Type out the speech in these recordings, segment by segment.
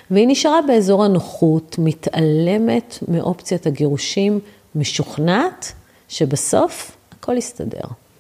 והיא נשארה באזור הנוחות, מתעלמת מאופציית הגירושים, משוכנעת שבסוף הכל יסתדר.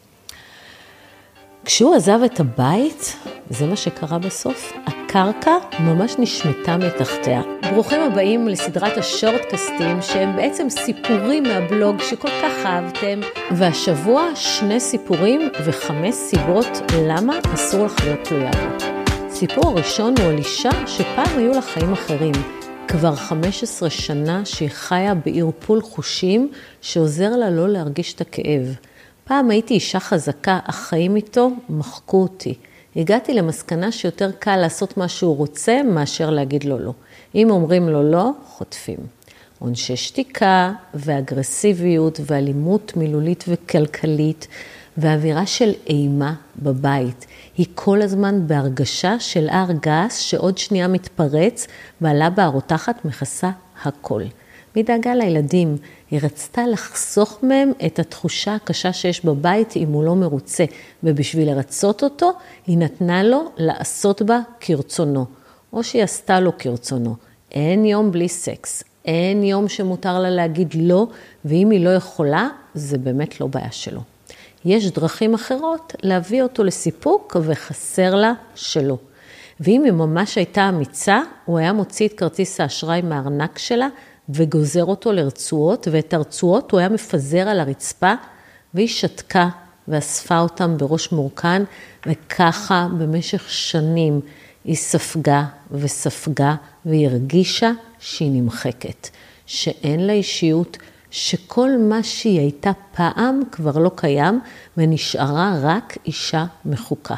כשהוא עזב את הבית, זה מה שקרה בסוף, הקרקע ממש נשמטה מתחתיה. ברוכים הבאים לסדרת השורטקסטים, שהם בעצם סיפורים מהבלוג שכל כך אהבתם, והשבוע 2 סיפורים ו5 סיבות למה אסור לך להיות תלויה בו. סיפור הראשון הוא על אישה שפעם היו לה חיים אחרים. כבר 15 שנה שהיא חיה בערפול חושים שעוזר לה לא להרגיש את הכאב. פעם הייתי אישה חזקה, החיים איתו מחקו אותי. הגעתי למסקנה שיותר קל לעשות מה שהוא רוצה מאשר להגיד לו לא. אם אומרים לו לא, חוטפים. עונשי שתיקה ואגרסיביות ואלימות מילולית וכלכלית ואווירה של אימה בבית. היא כל הזמן בהרגשה של הר גס שעוד שנייה מתפרץ ועלה בהרותחת מכסה הכל. מדאגה לילדים, היא רצתה לחסוך מהם את התחושה הקשה שיש בבית אם הוא לא מרוצה, ובשביל לרצות אותו, היא נתנה לו לעשות בה כרצונו, או שהיא עשתה לו כרצונו. אין יום בלי סקס, אין יום שמותר לה להגיד לא, ואם היא לא יכולה, זה באמת לא בעיה שלו. יש דרכים אחרות להביא אותו לסיפוק וחסר לה שלו. ואם היא ממש הייתה אמיצה, הוא היה מוציא את כרטיס האשראי מהארנק שלה, וגוזר אותו לרצועות, ואת הרצועות הוא היה מפזר על הרצפה, והיא שתקה ואספה אותם בראש מורכן, וככה במשך שנים היא ספגה וספגה, והיא הרגישה שהיא נמחקת, שאין לה אישיות, שכל מה שהיא הייתה פעם כבר לא קיים, ונשארה רק אישה מחוקה.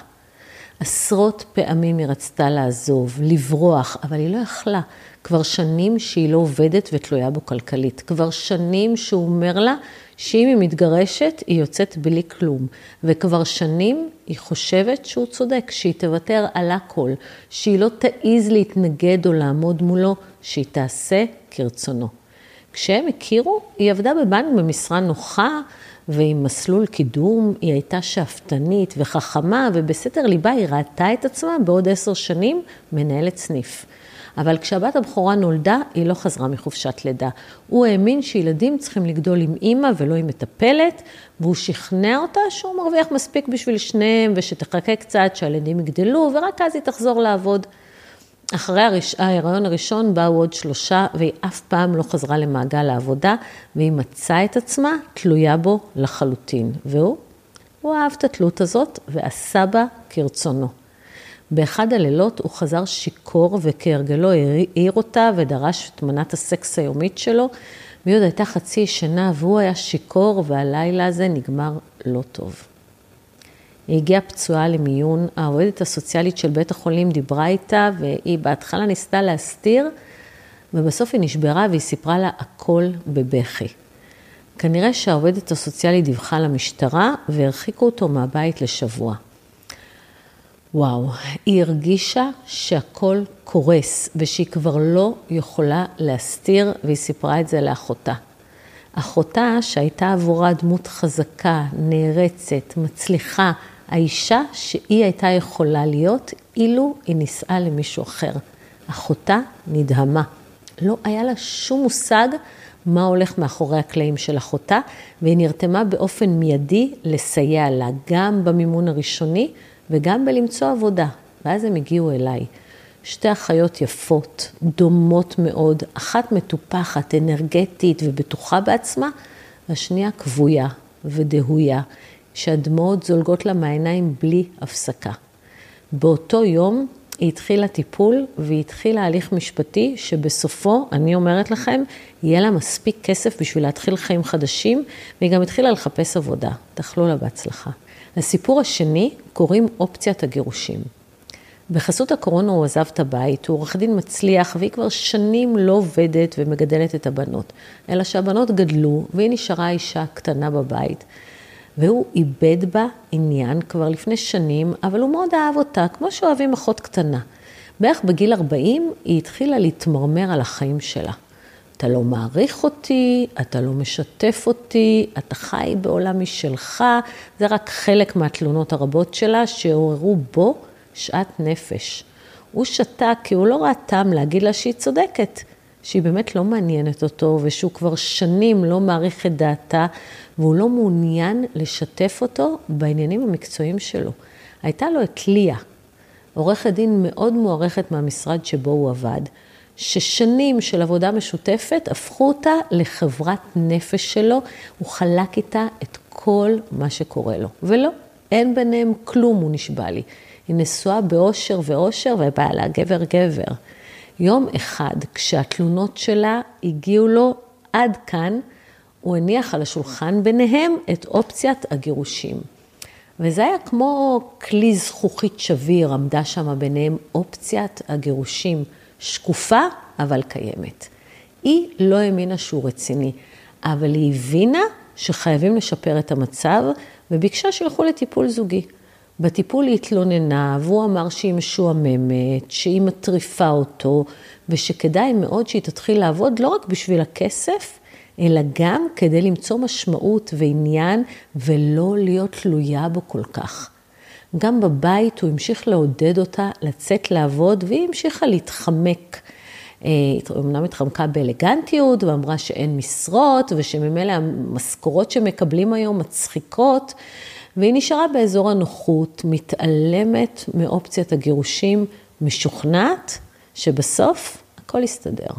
עשרות פעמים היא רצתה לעזוב, לברוח, אבל היא לא יכלה. כבר שנים שהיא לא עובדת ותלויה בו כלכלית. כבר שנים שהוא אומר לה שאם היא מתגרשת, היא יוצאת בלי כלום. וכבר שנים היא חושבת שהוא צודק, שהיא תוותר על הכל, שהיא לא תעיז להתנגד או לעמוד מולו, שהיא תעשה כרצונו. כשהם הכירו, היא עבדה בבנק במשרה נוחה, ועם מסלול קידום, היא הייתה שאפתנית וחכמה, ובסתר ליבה היא ראתה את עצמה בעוד 10 שנים מנהלת סניף. אבל כשהבת הבכורה נולדה, היא לא חזרה מחופשת לידה. הוא האמין שילדים צריכים לגדול עם אמא ולא עם מטפלת, והוא שכנע אותה שהוא מרוויח מספיק בשביל שניהם, ושתחכה קצת שהילדים יגדלו, ורק אז היא תחזור לעבוד. אחרי ההיריון הראשון באו עוד 3, והיא אף פעם לא חזרה למעגל העבודה, והיא מצאה את עצמה תלויה בו לחלוטין. הוא אהב את התלות הזאת, ועשה בה כרצונו. באחד הלילות הוא חזר שיקור, וכהרגלו העיר אותה, ודרש את מנת הסקס היומית שלו, והיא עוד הייתה חצי שנה, והוא היה שיקור, והלילה הזה נגמר לא טוב. היא הגיעה פצועה למיון, העובדת הסוציאלית של בית החולים דיברה איתה, והיא בהתחלה ניסתה להסתיר, ובסוף היא נשברה והיא סיפרה לה הכל בבכי. כנראה שהעובדת הסוציאלית דיווחה למשטרה, והרחיקו אותו מהבית לשבוע. וואו, היא הרגישה שהכל קורס, ושהיא כבר לא יכולה להסתיר, והיא סיפרה את זה לאחותה. אחותה שהייתה עבורה דמות חזקה, נערצת, מצליחה, האישה שהיא הייתה יכולה להיות, אילו היא נישאה למישהו אחר. אחותה נדהמה. לא היה לה שום מושג מה הולך מאחורי הקלעים של אחותה, והיא נרתמה באופן מיידי לסייע לה, גם במימון הראשוני וגם בלמצוא עבודה. ואז הם הגיעו אליי. 2 אחיות יפות, דומות מאוד, אחת מטופחת, אנרגטית ובטוחה בעצמה, והשנייה כבויה ודהויה, שהדמעות זולגות לה מהעיניים בלי הפסקה. באותו יום היא התחילה טיפול, והיא התחילה הליך משפטי שבסופו, אני אומרת לכם, יהיה לה מספיק כסף בשביל להתחיל חיים חדשים, והיא גם התחילה לחפש עבודה. תאכלו לה בהצלחה. לסיפור השני קוראים אופציית הגירושים. בחסות הקורונה הוא עזב את הבית, הוא עורך דין מצליח, והיא כבר שנים לא עובדת ומגדלת את הבנות. אלא שהבנות גדלו, והיא נשארה אישה קטנה בבית. והוא איבד בה עניין כבר לפני שנים, אבל הוא מאוד אהב אותה, כמו שאוהבים אחות קטנה. בערך בגיל 40 היא התחילה להתמרמר על החיים שלה. אתה לא מעריך אותי, אתה לא משתף אותי, אתה חי בעולם משלך. זה רק חלק מהתלונות הרבות שלה שעוררו בו שאט נפש. הוא שתק כי הוא לא ראה טעם להגיד לה שהיא צודקת, שהיא באמת לא מעניינת אותו, ושהוא כבר שנים לא מעריך את דעתה, והוא לא מעוניין לשתף אותו בעניינים המקצועיים שלו. הייתה לו את ליה, עורכת דין מאוד מוערכת מהמשרד שבו הוא עבד, ששנים של עבודה משותפת הפכו אותה לחברת נפש שלו, הוא חלק איתה את כל מה שקורה לו. ולא, אין ביניהם כלום, הוא נשבע לי. היא נשואה באושר ואושר, ובעלה גבר. יום אחד, כשהתלונות שלה הגיעו לו עד כאן, הוא הניח על השולחן ביניהם את אופציית הגירושים. וזה היה כמו כלי זכוכית שביר, עמדה שם ביניהם אופציית הגירושים, שקופה אבל קיימת. היא לא האמינה שהוא רציני, אבל היא הבינה שחייבים לשפר את המצב, וביקשה שילכו לטיפול זוגי. בטיפול היא התלוננה, והוא אמר שהיא משועממת, שהיא מטריפה אותו, ושכדאי מאוד שהיא תתחיל לעבוד לא רק בשביל הכסף, אלא גם כדי למצוא משמעות ועניין, ולא להיות תלויה בו כל כך. גם בבית הוא המשיך לעודד אותה לצאת לעבוד, והיא המשיכה להתחמק. היא אמנם התחמקה באלגנטיות, ואמרה שאין משרות, ושממילא המשכורות שמקבלים היום מצחיקות, והיא נשארה באזור הנוחות, מתעלמת מאופציית הגירושים, משוכנעת, שבסוף הכל יסתדר.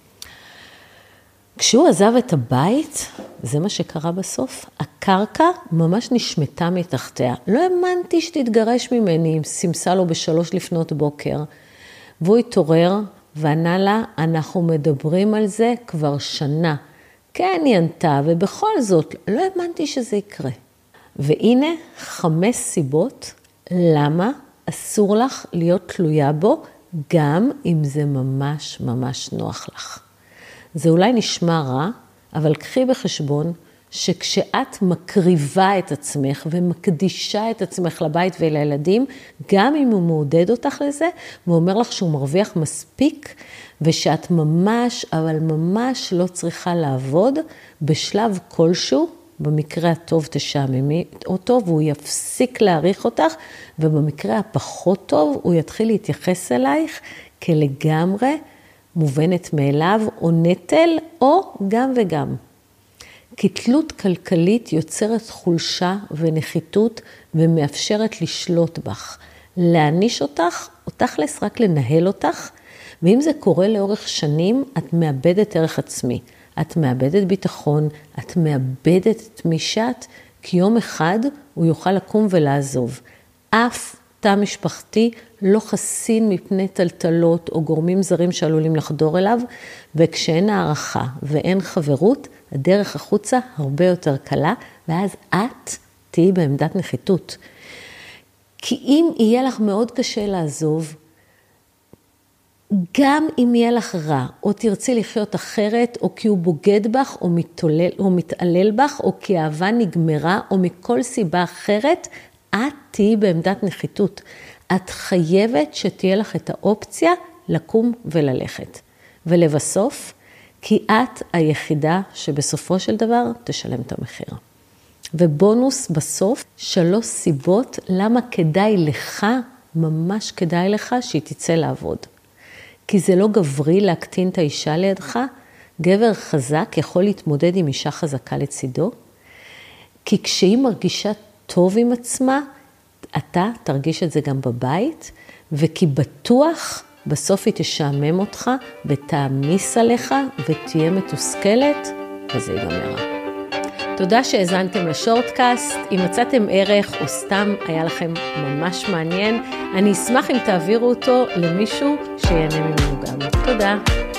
כשהוא עזב את הבית, זה מה שקרה בסוף, הקרקע ממש נשמטה מתחתיה. לא האמנתי שתתגרש ממני, סימסה לו ב3:00 והוא התעורר וענה לה, אנחנו מדברים על זה כבר שנה. כן, היא ענתה, ובכל זאת, לא האמנתי שזה יקרה. והנה 5 סיבות למה אסור לך להיות תלויה בו, גם אם זה ממש ממש נוח לך. זה אולי נשמע רע, אבל קחי בחשבון שכשאת מקריבה את עצמך ומקדישה את עצמך לבית ולילדים, גם אם הוא מעודד אותך לזה, ואומר לך שהוא מרוויח מספיק, ושאת ממש, אבל ממש לא צריכה לעבוד בשלב כלשהו, במקרה הטוב תשעממי אותו, והוא יפסיק להעריך אותך, ובמקרה הפחות טוב הוא יתחיל להתייחס אלייך כלגמרי מובנת מאליו, או נטל, או גם וגם. כי תלות כלכלית יוצרת חולשה ונחיתות, ומאפשרת לשלוט בך. להעניש אותך, או תכלס רק לנהל אותך, ואם זה קורה לאורך שנים, את מאבדת ערך עצמי. את מאבדת ביטחון, את מאבדת את מי שאת, כי יום אחד הוא יוכל לקום ולעזוב. אף תא משפחתי לא חסין מפני טלטלות או גורמים זרים שעלולים לחדור אליו, וכשאין הערכה ואין חברות, הדרך החוצה הרבה יותר קלה, ואז את תהיי בעמדת נחיתות. כי אם יהיה לך מאוד קשה לעזוב, גם אם יהיה לך רע, או תרצי לחיות אחרת, או כי הוא בוגד בך, או מתעלל בך, או כי האהבה נגמרה, או מכל סיבה אחרת, את תהיי בעמדת נחיתות. את חייבת שתהיה לך את האופציה לקום וללכת. ולבסוף, כי את היחידה שבסופו של דבר תשלם את המחיר. ובונוס בסוף, 3 סיבות למה כדאי לך, ממש כדאי לך שהיא תצא לעבוד. כי זה לא גברי להקטין את האישה לידך, גבר חזק יכול להתמודד עם אישה חזקה לצידו, כי כשהיא מרגישה טוב עם עצמה, אתה תרגיש את זה גם בבית, וכי בטוח בסוף היא תשעמם אותך ותעמיס עליך ותהיה מתוסכלת, וזה ייגמר. תודה שהאזנתם לשורטקאסט. אם מצאתם ערך או סתם היה לכם ממש מעניין, אני אשמח אם תעבירו אותו למישהו שיהנה ממנו גם. תודה.